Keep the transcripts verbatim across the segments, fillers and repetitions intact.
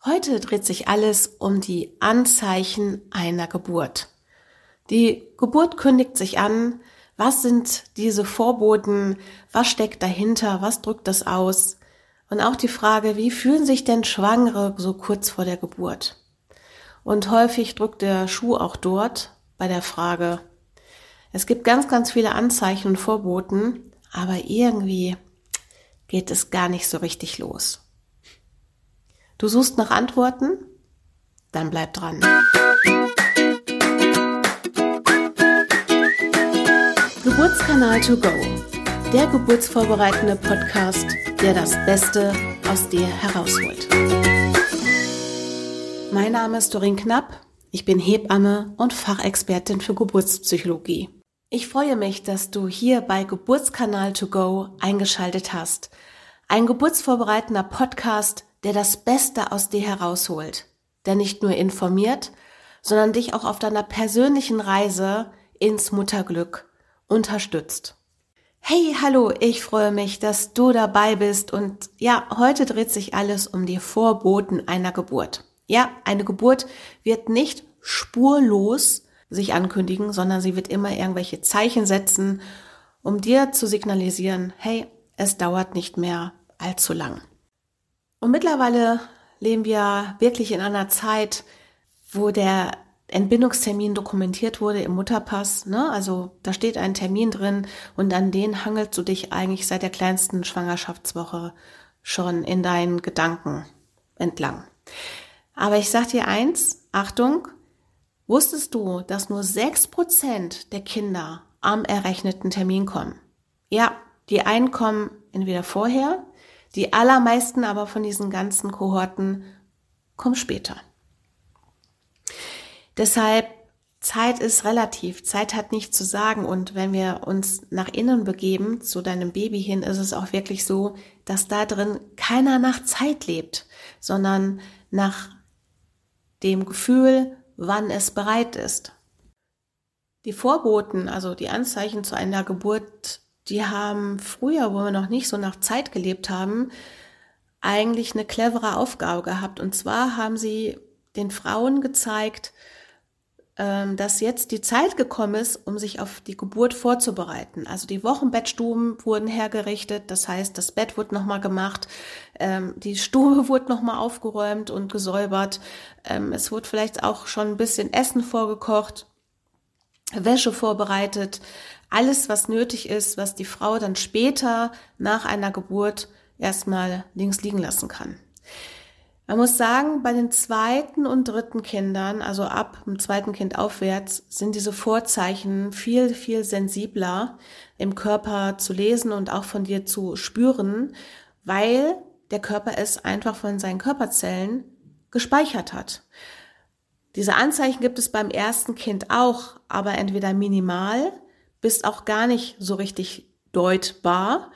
Heute dreht sich alles um die Anzeichen einer Geburt. Die Geburt kündigt sich an. Was sind diese Vorboten? Was steckt dahinter? Was drückt das aus? Und auch die Frage, wie fühlen sich denn Schwangere so kurz vor der Geburt? Und häufig drückt der Schuh auch dort bei der Frage. Es gibt ganz, ganz viele Anzeichen und Vorboten, aber irgendwie geht es gar nicht so richtig los. Du suchst nach Antworten? Dann bleib dran. Geburtskanal to go, der geburtsvorbereitende Podcast, der das Beste aus dir herausholt. Mein Name ist Doreen Knapp, ich bin Hebamme und Fachexpertin für Geburtspsychologie. Ich freue mich, dass du hier bei Geburtskanal to go eingeschaltet hast. Ein geburtsvorbereitender Podcast, der das Beste aus dir herausholt, der nicht nur informiert, sondern dich auch auf deiner persönlichen Reise ins Mutterglück unterstützt. Hey, hallo, ich freue mich, dass du dabei bist und ja, heute dreht sich alles um die Vorboten einer Geburt. Ja, eine Geburt wird nicht spurlos sich ankündigen, sondern sie wird immer irgendwelche Zeichen setzen, um dir zu signalisieren, hey, es dauert nicht mehr allzu lang. Und mittlerweile leben wir wirklich in einer Zeit, wo der Entbindungstermin dokumentiert wurde im Mutterpass, ne? Also da steht ein Termin drin und an den hangelst du dich eigentlich seit der kleinsten Schwangerschaftswoche schon in deinen Gedanken entlang. Aber ich sag dir eins, Achtung, wusstest du, dass nur sechs Prozent der Kinder am errechneten Termin kommen? Ja, die einen kommen entweder vorher, die allermeisten aber von diesen ganzen Kohorten kommen später. Deshalb, Zeit ist relativ, Zeit hat nichts zu sagen und wenn wir uns nach innen begeben, zu deinem Baby hin, ist es auch wirklich so, dass da drin keiner nach Zeit lebt, sondern nach dem Gefühl, wann es bereit ist. Die Vorboten, also die Anzeichen zu einer Geburt, die haben früher, wo wir noch nicht so nach Zeit gelebt haben, eigentlich eine clevere Aufgabe gehabt. Und zwar haben sie den Frauen gezeigt, dass jetzt die Zeit gekommen ist, um sich auf die Geburt vorzubereiten. Also die Wochenbettstuben wurden hergerichtet, das heißt, das Bett wurde nochmal gemacht, die Stube wurde nochmal aufgeräumt und gesäubert, es wurde vielleicht auch schon ein bisschen Essen vorgekocht, Wäsche vorbereitet, alles, was nötig ist, was die Frau dann später nach einer Geburt erstmal links liegen lassen kann. Man muss sagen, bei den zweiten und dritten Kindern, also ab dem zweiten Kind aufwärts, sind diese Vorzeichen viel, viel sensibler im Körper zu lesen und auch von dir zu spüren, weil der Körper es einfach von seinen Körperzellen gespeichert hat. Diese Anzeichen gibt es beim ersten Kind auch, aber entweder minimal bis auch gar nicht so richtig deutbar,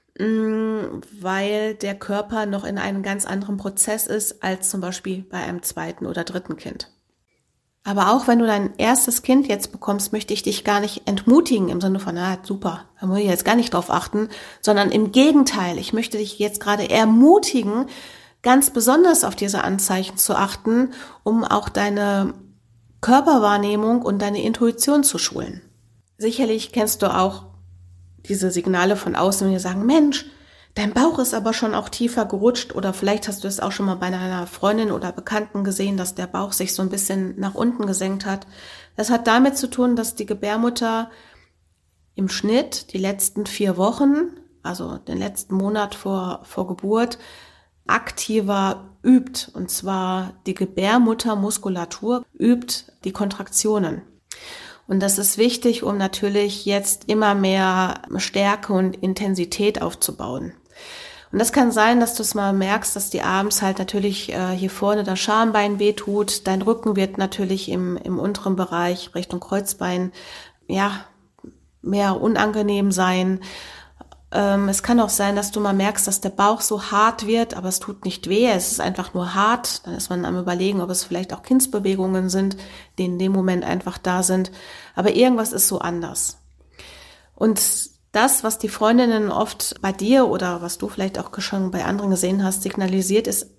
weil der Körper noch in einem ganz anderen Prozess ist als zum Beispiel bei einem zweiten oder dritten Kind. Aber auch wenn du dein erstes Kind jetzt bekommst, möchte ich dich gar nicht entmutigen im Sinne von, na super, da muss ich jetzt gar nicht drauf achten, sondern im Gegenteil, ich möchte dich jetzt gerade ermutigen, ganz besonders auf diese Anzeichen zu achten, um auch deine Körperwahrnehmung und deine Intuition zu schulen. Sicherlich kennst du auch diese Signale von außen, wenn die sagen, Mensch, dein Bauch ist aber schon auch tiefer gerutscht oder vielleicht hast du es auch schon mal bei einer Freundin oder Bekannten gesehen, dass der Bauch sich so ein bisschen nach unten gesenkt hat. Das hat damit zu tun, dass die Gebärmutter im Schnitt die letzten vier Wochen, also den letzten Monat vor, vor Geburt, aktiver übt. Und zwar die Gebärmuttermuskulatur übt die Kontraktionen. Und das ist wichtig, um natürlich jetzt immer mehr Stärke und Intensität aufzubauen. Und das kann sein, dass du es mal merkst, dass die abends halt natürlich äh, hier vorne das Schambein wehtut. Dein Rücken wird natürlich im, im unteren Bereich Richtung Kreuzbein ja mehr unangenehm sein. Ähm, es kann auch sein, dass du mal merkst, dass der Bauch so hart wird, aber es tut nicht weh, es ist einfach nur hart. Dann ist man am Überlegen, ob es vielleicht auch Kindsbewegungen sind, die in dem Moment einfach da sind. Aber irgendwas ist so anders. Und das, was die Freundinnen oft bei dir oder was du vielleicht auch schon bei anderen gesehen hast, signalisiert, ist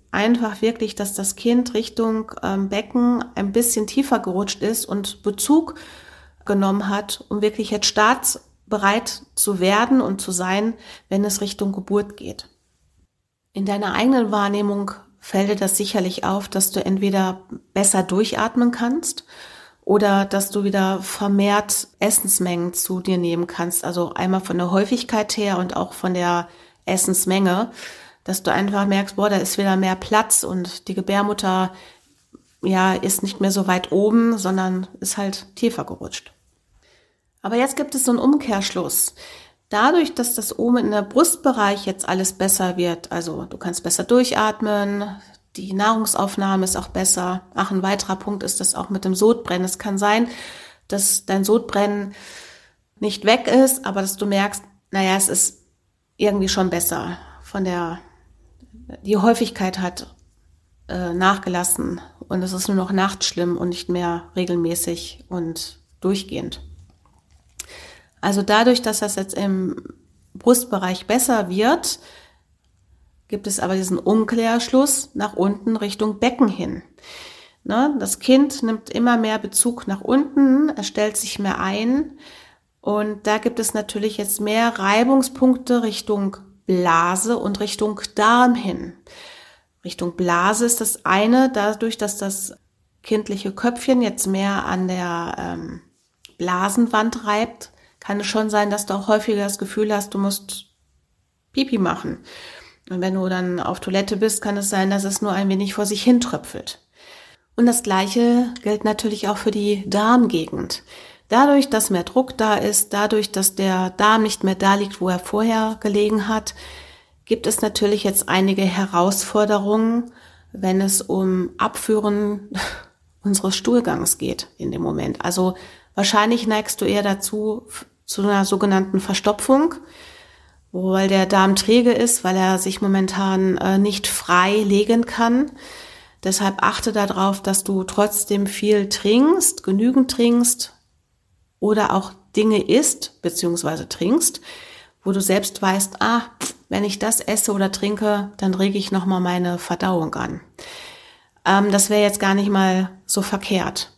einfach wirklich, dass das Kind Richtung ähm, Becken ein bisschen tiefer gerutscht ist und Bezug genommen hat, um wirklich jetzt startbereit zu werden und zu sein, wenn es Richtung Geburt geht. In deiner eigenen Wahrnehmung fällt dir das sicherlich auf, dass du entweder besser durchatmen kannst oder dass du wieder vermehrt Essensmengen zu dir nehmen kannst. Also einmal von der Häufigkeit her und auch von der Essensmenge, dass du einfach merkst, boah, da ist wieder mehr Platz und die Gebärmutter ja ist nicht mehr so weit oben, sondern ist halt tiefer gerutscht. Aber jetzt gibt es so einen Umkehrschluss. Dadurch, dass das oben in der Brustbereich jetzt alles besser wird, also du kannst besser durchatmen, die Nahrungsaufnahme ist auch besser. Ach, ein weiterer Punkt ist das auch mit dem Sodbrennen. Es kann sein, dass dein Sodbrennen nicht weg ist, aber dass du merkst, naja, es ist irgendwie schon besser. Von der, die Häufigkeit hat äh, nachgelassen und es ist nur noch nachts schlimm und nicht mehr regelmäßig und durchgehend. Also dadurch, dass das jetzt im Brustbereich besser wird, gibt es aber diesen Umkehrschluss nach unten Richtung Becken hin. Ne? Das Kind nimmt immer mehr Bezug nach unten, es stellt sich mehr ein und da gibt es natürlich jetzt mehr Reibungspunkte Richtung Blase und Richtung Darm hin. Richtung Blase ist das eine, dadurch, dass das kindliche Köpfchen jetzt mehr an der ähm, Blasenwand reibt, kann es schon sein, dass du auch häufiger das Gefühl hast, du musst Pipi machen. Und wenn du dann auf Toilette bist, kann es sein, dass es nur ein wenig vor sich hin tröpfelt. Und das Gleiche gilt natürlich auch für die Darmgegend. Dadurch, dass mehr Druck da ist, dadurch, dass der Darm nicht mehr da liegt, wo er vorher gelegen hat, gibt es natürlich jetzt einige Herausforderungen, wenn es um Abführen unseres Stuhlgangs geht in dem Moment. Also wahrscheinlich neigst du eher dazu, zu einer sogenannten Verstopfung, weil der Darm träge ist, weil er sich momentan äh, nicht frei legen kann. Deshalb achte darauf, dass du trotzdem viel trinkst, genügend trinkst oder auch Dinge isst bzw. trinkst, wo du selbst weißt, ah, wenn ich das esse oder trinke, dann rege ich nochmal meine Verdauung an. Ähm, das wäre jetzt gar nicht mal so verkehrt.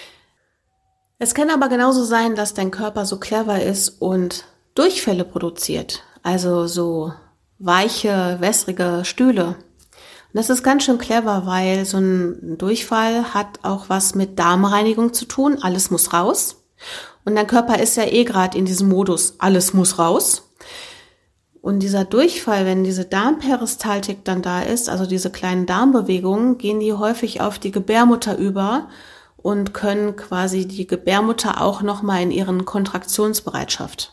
Es kann aber genauso sein, dass dein Körper so clever ist und Durchfälle produziert, also so weiche, wässrige Stühle. Und das ist ganz schön clever, weil so ein Durchfall hat auch was mit Darmreinigung zu tun, alles muss raus. Und dein Körper ist ja eh gerade in diesem Modus, alles muss raus. Und dieser Durchfall, wenn diese Darmperistaltik dann da ist, also diese kleinen Darmbewegungen, gehen die häufig auf die Gebärmutter über und können quasi die Gebärmutter auch nochmal in ihren Kontraktionsbereitschaft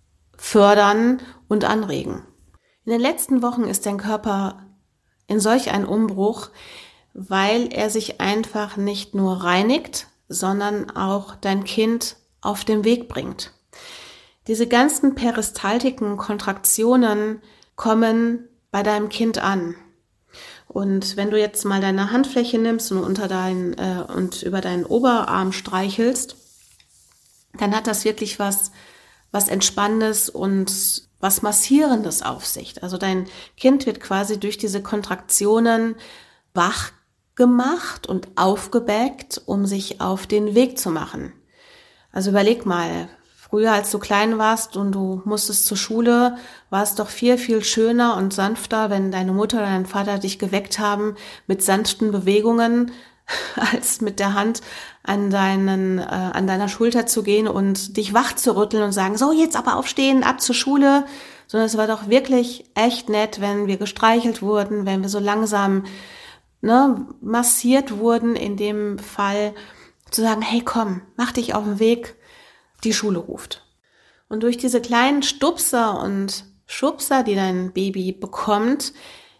fördern und anregen. In den letzten Wochen ist dein Körper in solch einen Umbruch, weil er sich einfach nicht nur reinigt, sondern auch dein Kind auf den Weg bringt. Diese ganzen peristaltischen Kontraktionen kommen bei deinem Kind an. Und wenn du jetzt mal deine Handfläche nimmst und unter dein, äh, und über deinen Oberarm streichelst, dann hat das wirklich was, was Entspannendes und was Massierendes auf sich. Also dein Kind wird quasi durch diese Kontraktionen wach gemacht und aufgeweckt, um sich auf den Weg zu machen. Also überleg mal, früher als du klein warst und du musstest zur Schule, war es doch viel, viel schöner und sanfter, wenn deine Mutter oder dein Vater dich geweckt haben mit sanften Bewegungen, als mit der Hand an deinen, äh, an deiner Schulter zu gehen und dich wach zu rütteln und sagen, so jetzt aber aufstehen, ab zur Schule. Sondern es war doch wirklich echt nett, wenn wir gestreichelt wurden, wenn wir so langsam ne, massiert wurden, in dem Fall zu sagen, hey komm, mach dich auf den Weg, die Schule ruft. Und durch diese kleinen Stupser und Schubser, die dein Baby bekommt,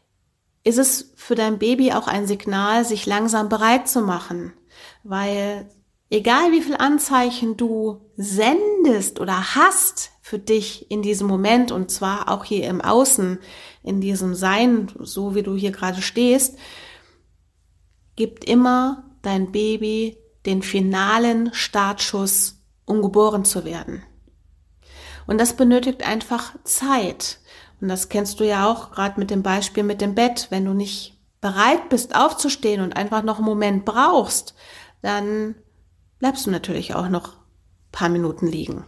ist es für dein Baby auch ein Signal, sich langsam bereit zu machen. Weil egal wie viel Anzeichen du sendest oder hast für dich in diesem Moment, und zwar auch hier im Außen, in diesem Sein, so wie du hier gerade stehst, gibt immer dein Baby den finalen Startschuss, um geboren zu werden. Und das benötigt einfach Zeit. Und das kennst du ja auch gerade mit dem Beispiel mit dem Bett. Wenn du nicht bereit bist aufzustehen und einfach noch einen Moment brauchst, dann bleibst du natürlich auch noch ein paar Minuten liegen.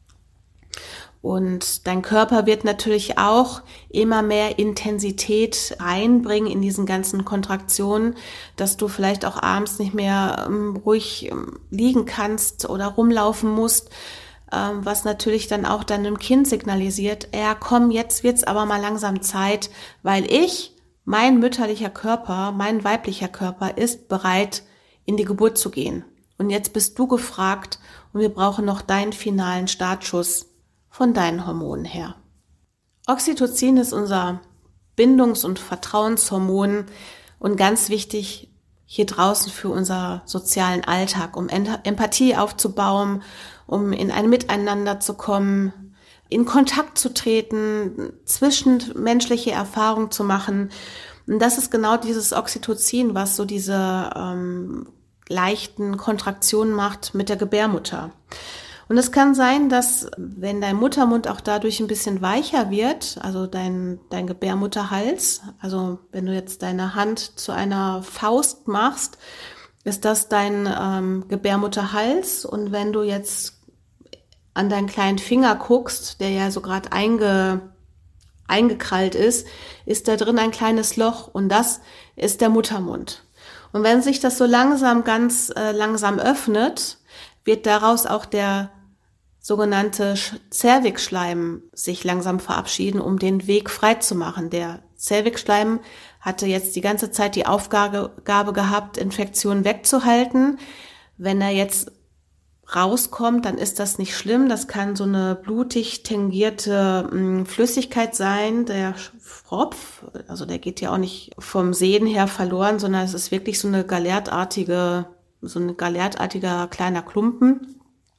Und dein Körper wird natürlich auch immer mehr Intensität reinbringen in diesen ganzen Kontraktionen, dass du vielleicht auch abends nicht mehr ähm, ruhig ähm, liegen kannst oder rumlaufen musst, ähm, was natürlich dann auch deinem Kind signalisiert, ja komm, jetzt wird's aber mal langsam Zeit, weil ich, mein mütterlicher Körper, mein weiblicher Körper ist bereit, in die Geburt zu gehen. Und jetzt bist du gefragt und wir brauchen noch deinen finalen Startschuss von deinen Hormonen her. Oxytocin ist unser Bindungs- und Vertrauenshormon und ganz wichtig hier draußen für unseren sozialen Alltag, um Empathie aufzubauen, um in ein Miteinander zu kommen, in Kontakt zu treten, zwischenmenschliche Erfahrungen zu machen. Und das ist genau dieses Oxytocin, was so diese ähm, leichten Kontraktionen macht mit der Gebärmutter. Und es kann sein, dass wenn dein Muttermund auch dadurch ein bisschen weicher wird, also dein, dein Gebärmutterhals, also wenn du jetzt deine Hand zu einer Faust machst, ist das dein ähm, Gebärmutterhals. Und wenn du jetzt an deinen kleinen Finger guckst, der ja so gerade einge, eingekrallt ist, ist da drin ein kleines Loch und das ist der Muttermund. Und wenn sich das so langsam, ganz äh, langsam öffnet, wird daraus auch der sogenannte Zervixschleim sich langsam verabschieden, um den Weg frei zu machen. Der Zervixschleim hatte jetzt die ganze Zeit die Aufgabe gehabt, Infektionen wegzuhalten. Wenn er jetzt rauskommt, dann ist das nicht schlimm. Das kann so eine blutig tingierte mh, Flüssigkeit sein. Der Fropf, also der geht ja auch nicht vom Sehen her verloren, sondern es ist wirklich so eine galertartige, so ein galertartiger kleiner Klumpen.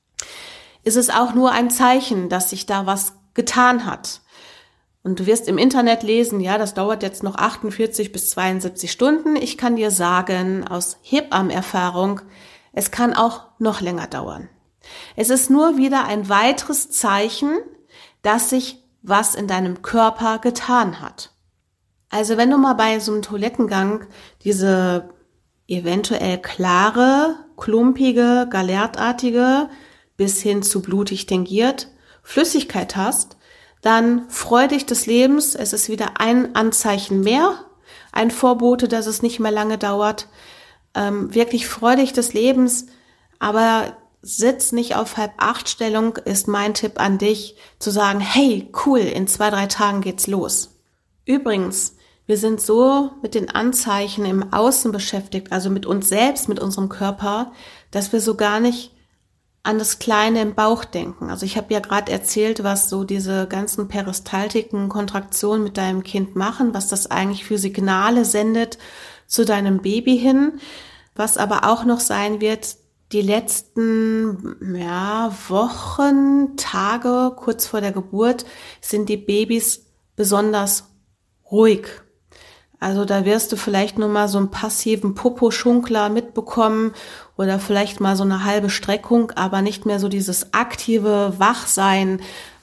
Ist es auch nur ein Zeichen, dass sich da was getan hat. Und du wirst im Internet lesen, ja, das dauert jetzt noch achtundvierzig bis zweiundsiebzig Stunden. Ich kann dir sagen, aus Hebammenerfahrung, es kann auch noch länger dauern. Es ist nur wieder ein weiteres Zeichen, dass sich was in deinem Körper getan hat. Also wenn du mal bei so einem Toilettengang diese eventuell klare, klumpige, galertartige bis hin zu blutig tingiert Flüssigkeit hast, dann freu dich des Lebens. Es ist wieder ein Anzeichen mehr, ein Vorbote, dass es nicht mehr lange dauert. Ähm, wirklich freu dich des Lebens, aber sitz nicht auf Halb-Acht-Stellung, ist mein Tipp an dich, zu sagen, hey, cool, in zwei, drei Tagen geht's los. Übrigens, wir sind so mit den Anzeichen im Außen beschäftigt, also mit uns selbst, mit unserem Körper, dass wir so gar nicht an das Kleine im Bauch denken. Also ich habe ja gerade erzählt, was so diese ganzen peristaltischen Kontraktionen mit deinem Kind machen, was das eigentlich für Signale sendet zu deinem Baby hin. Was aber auch noch sein wird, die letzten ja, Wochen, Tage kurz vor der Geburt sind die Babys besonders ruhig. Also da wirst du vielleicht nur mal so einen passiven Popo-Schunkler mitbekommen oder vielleicht mal so eine halbe Streckung, aber nicht mehr so dieses aktive Wachsein,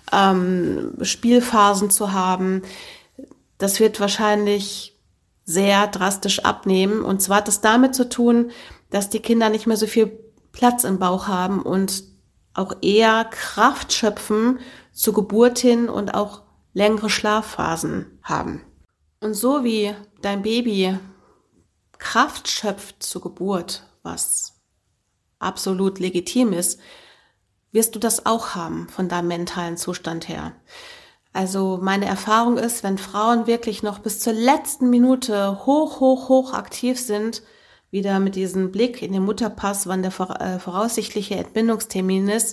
ähm, Spielphasen zu haben. Das wird wahrscheinlich sehr drastisch abnehmen. Und zwar hat das damit zu tun, dass die Kinder nicht mehr so viel Platz im Bauch haben und auch eher Kraft schöpfen zur Geburt hin und auch längere Schlafphasen haben. Und so wie dein Baby Kraft schöpft zur Geburt, was absolut legitim ist, wirst du das auch haben von deinem mentalen Zustand her. Also meine Erfahrung ist, wenn Frauen wirklich noch bis zur letzten Minute hoch, hoch, hoch aktiv sind, wieder mit diesem Blick in den Mutterpass, wann der voraussichtliche Entbindungstermin ist,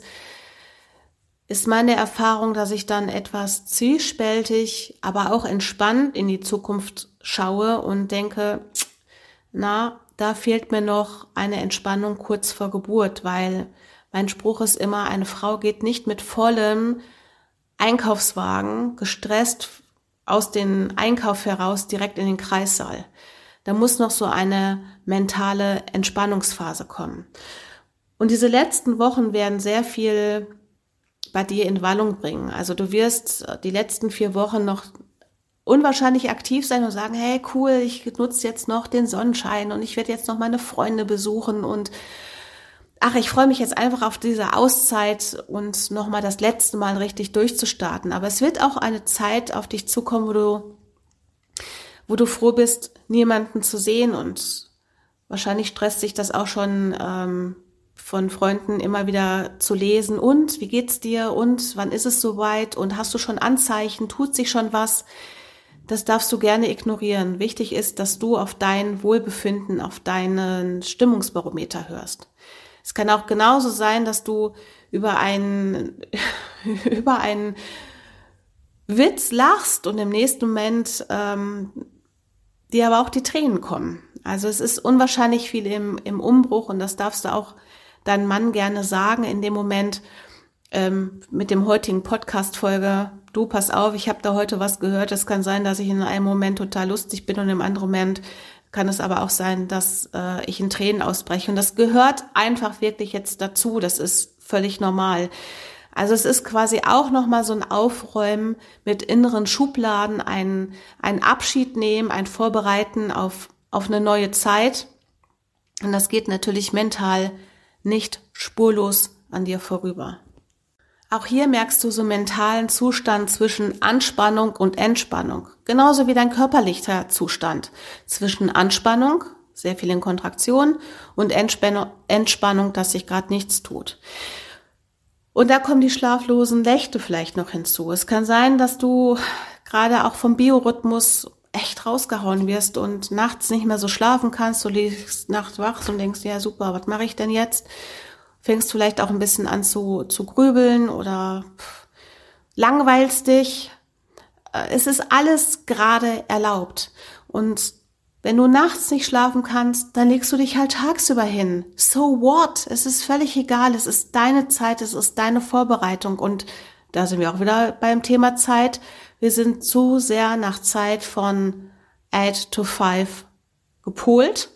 ist meine Erfahrung, dass ich dann etwas zwiespältig, aber auch entspannt in die Zukunft schaue und denke, na, da fehlt mir noch eine Entspannung kurz vor Geburt, weil mein Spruch ist immer, eine Frau geht nicht mit vollem Einkaufswagen, gestresst aus dem Einkauf heraus direkt in den Kreissaal. Da muss noch so eine mentale Entspannungsphase kommen. Und diese letzten Wochen werden sehr viel bei dir in Wallung bringen. Also du wirst die letzten vier Wochen noch unwahrscheinlich aktiv sein und sagen, hey cool, ich nutze jetzt noch den Sonnenschein und ich werde jetzt noch meine Freunde besuchen und ach, ich freue mich jetzt einfach auf diese Auszeit und nochmal das letzte Mal richtig durchzustarten. Aber es wird auch eine Zeit auf dich zukommen, wo du, wo du froh bist, niemanden zu sehen, und wahrscheinlich stresst sich das auch schon ähm, von Freunden immer wieder zu lesen. Und wie geht's dir? Und wann ist es soweit? Und hast du schon Anzeichen? Tut sich schon was? Das darfst du gerne ignorieren. Wichtig ist, dass du auf dein Wohlbefinden, auf deinen Stimmungsbarometer hörst. Es kann auch genauso sein, dass du über einen, über einen Witz lachst und im nächsten Moment ähm, dir aber auch die Tränen kommen. Also es ist unwahrscheinlich viel im, im Umbruch, und das darfst du auch deinem Mann gerne sagen in dem Moment ähm, mit dem heutigen Podcast-Folge. Du, pass auf, ich habe da heute was gehört. Es kann sein, dass ich in einem Moment total lustig bin und im anderen Moment kann es aber auch sein, dass äh, ich in Tränen ausbreche. Und das gehört einfach wirklich jetzt dazu. Das ist völlig normal. Also es ist quasi auch nochmal so ein Aufräumen mit inneren Schubladen, ein, ein Abschied nehmen, ein Vorbereiten auf, auf eine neue Zeit. Und das geht natürlich mental nicht spurlos an dir vorüber. Auch hier merkst du so einen mentalen Zustand zwischen Anspannung und Entspannung. Genauso wie dein körperlicher Zustand zwischen Anspannung, sehr viel in Kontraktion, und Entspannung, Entspannung, dass sich gerade nichts tut. Und da kommen die schlaflosen Nächte vielleicht noch hinzu. Es kann sein, dass du gerade auch vom Biorhythmus echt rausgehauen wirst und nachts nicht mehr so schlafen kannst. Du liegst nachts wach und denkst, ja super, was mache ich denn jetzt? Fängst vielleicht auch ein bisschen an zu, zu grübeln oder langweilst dich. Es ist alles gerade erlaubt. Und wenn du nachts nicht schlafen kannst, dann legst du dich halt tagsüber hin. So what? Es ist völlig egal. Es ist deine Zeit, es ist deine Vorbereitung. Und da sind wir auch wieder beim Thema Zeit. Wir sind zu sehr nach Zeit von eight to five gepolt.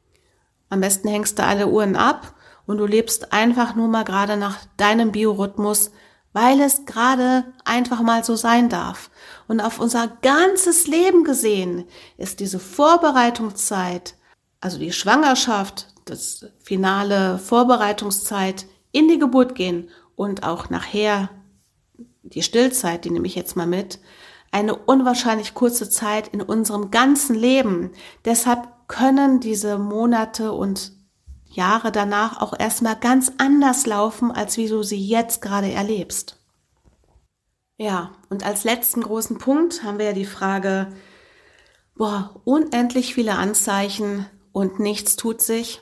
Am besten hängst du alle Uhren ab und du lebst einfach nur mal gerade nach deinem Biorhythmus, weil es gerade einfach mal so sein darf. Und auf unser ganzes Leben gesehen ist diese Vorbereitungszeit, also die Schwangerschaft, das finale Vorbereitungszeit in die Geburt gehen und auch nachher die Stillzeit, die nehme ich jetzt mal mit, eine unwahrscheinlich kurze Zeit in unserem ganzen Leben. Deshalb können diese Monate und Jahre danach auch erstmal ganz anders laufen, als wie du sie jetzt gerade erlebst. Ja, und als letzten großen Punkt haben wir ja die Frage, boah, unendlich viele Anzeichen und nichts tut sich.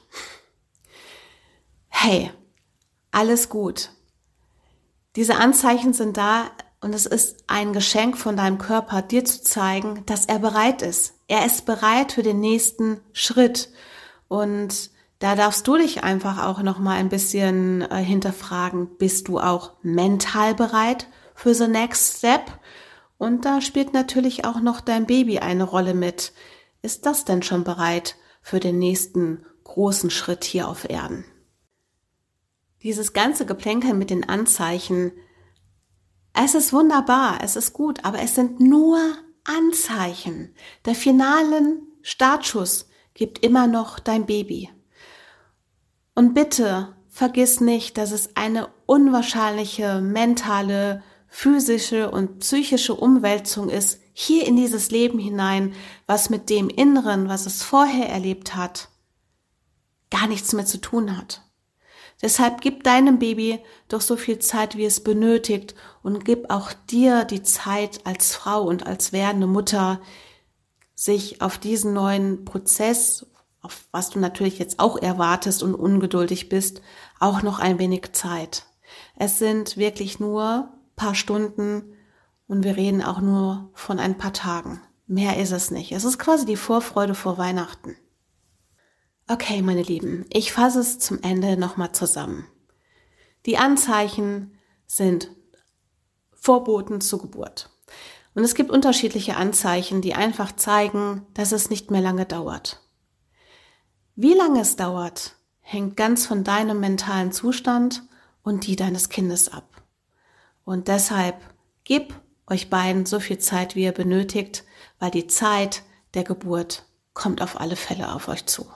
Hey, alles gut. Diese Anzeichen sind da und es ist ein Geschenk von deinem Körper, dir zu zeigen, dass er bereit ist. Er ist bereit für den nächsten Schritt. Und da darfst du dich einfach auch noch mal ein bisschen äh, hinterfragen, bist du auch mental bereit für the next step? Und da spielt natürlich auch noch dein Baby eine Rolle mit. Ist das denn schon bereit für den nächsten großen Schritt hier auf Erden? Dieses ganze Geplänkel mit den Anzeichen, es ist wunderbar, es ist gut, aber es sind nur Anzeichen. Der finalen Startschuss gibt immer noch dein Baby. Und bitte vergiss nicht, dass es eine unwahrscheinliche mentale, physische und psychische Umwälzung ist, hier in dieses Leben hinein, was mit dem Inneren, was es vorher erlebt hat, gar nichts mehr zu tun hat. Deshalb gib deinem Baby doch so viel Zeit, wie es benötigt, und gib auch dir die Zeit als Frau und als werdende Mutter, sich auf diesen neuen Prozess, auf was du natürlich jetzt auch erwartest und ungeduldig bist, auch noch ein wenig Zeit. Es sind wirklich nur ein paar Stunden und wir reden auch nur von ein paar Tagen. Mehr ist es nicht. Es ist quasi die Vorfreude vor Weihnachten. Okay, meine Lieben, ich fasse es zum Ende nochmal zusammen. Die Anzeichen sind Vorboten zur Geburt. Und es gibt unterschiedliche Anzeichen, die einfach zeigen, dass es nicht mehr lange dauert. Wie lange es dauert, hängt ganz von deinem mentalen Zustand und die deines Kindes ab. Und deshalb gib euch beiden so viel Zeit, wie ihr benötigt, weil die Zeit der Geburt kommt auf alle Fälle auf euch zu.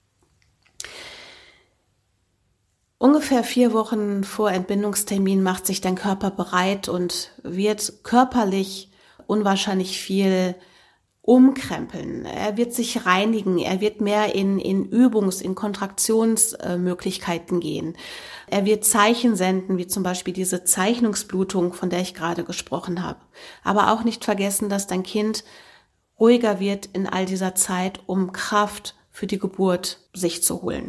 Ungefähr vier Wochen vor Entbindungstermin macht sich dein Körper bereit und wird körperlich unwahrscheinlich viel umkrempeln. Er wird sich reinigen, er wird mehr in, in Übungs-, in Kontraktionsmöglichkeiten gehen. Er wird Zeichen senden, wie zum Beispiel diese Zeichnungsblutung, von der ich gerade gesprochen habe. Aber auch nicht vergessen, dass dein Kind ruhiger wird in all dieser Zeit, um Kraft für die Geburt sich zu holen.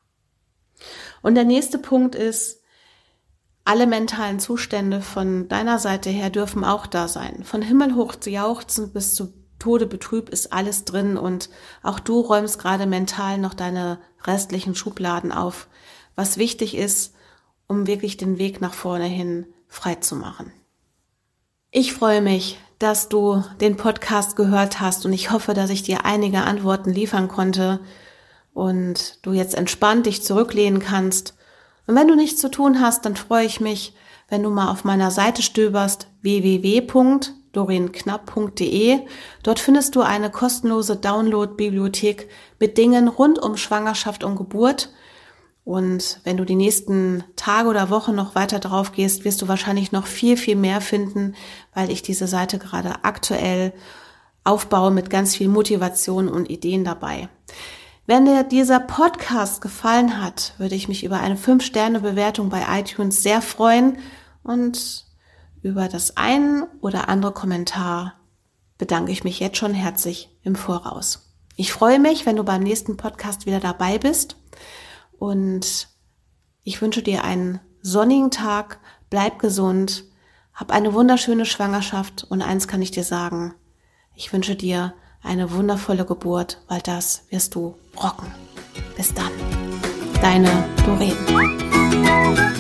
Und der nächste Punkt ist, alle mentalen Zustände von deiner Seite her dürfen auch da sein. Von himmelhoch zu jauchzen bis zu Tode betrübt ist alles drin und auch du räumst gerade mental noch deine restlichen Schubladen auf, was wichtig ist, um wirklich den Weg nach vorne hin frei zu machen. Ich freue mich, dass du den Podcast gehört hast und ich hoffe, dass ich dir einige Antworten liefern konnte und du jetzt entspannt dich zurücklehnen kannst. Und wenn du nichts zu tun hast, dann freue ich mich, wenn du mal auf meiner Seite stöberst, w w w punkt doreen knapp punkt d e. Dort findest du eine kostenlose Download-Bibliothek mit Dingen rund um Schwangerschaft und Geburt. Und wenn du die nächsten Tage oder Wochen noch weiter drauf gehst, wirst du wahrscheinlich noch viel, viel mehr finden, weil ich diese Seite gerade aktuell aufbaue mit ganz viel Motivation und Ideen dabei. Wenn dir dieser Podcast gefallen hat, würde ich mich über eine fünf Sterne Bewertung bei iTunes sehr freuen und über das ein oder andere Kommentar bedanke ich mich jetzt schon herzlich im Voraus. Ich freue mich, wenn du beim nächsten Podcast wieder dabei bist und ich wünsche dir einen sonnigen Tag, bleib gesund, hab eine wunderschöne Schwangerschaft und eins kann ich dir sagen, ich wünsche dir eine wundervolle Geburt, weil das wirst du rocken. Bis dann, deine Doreen.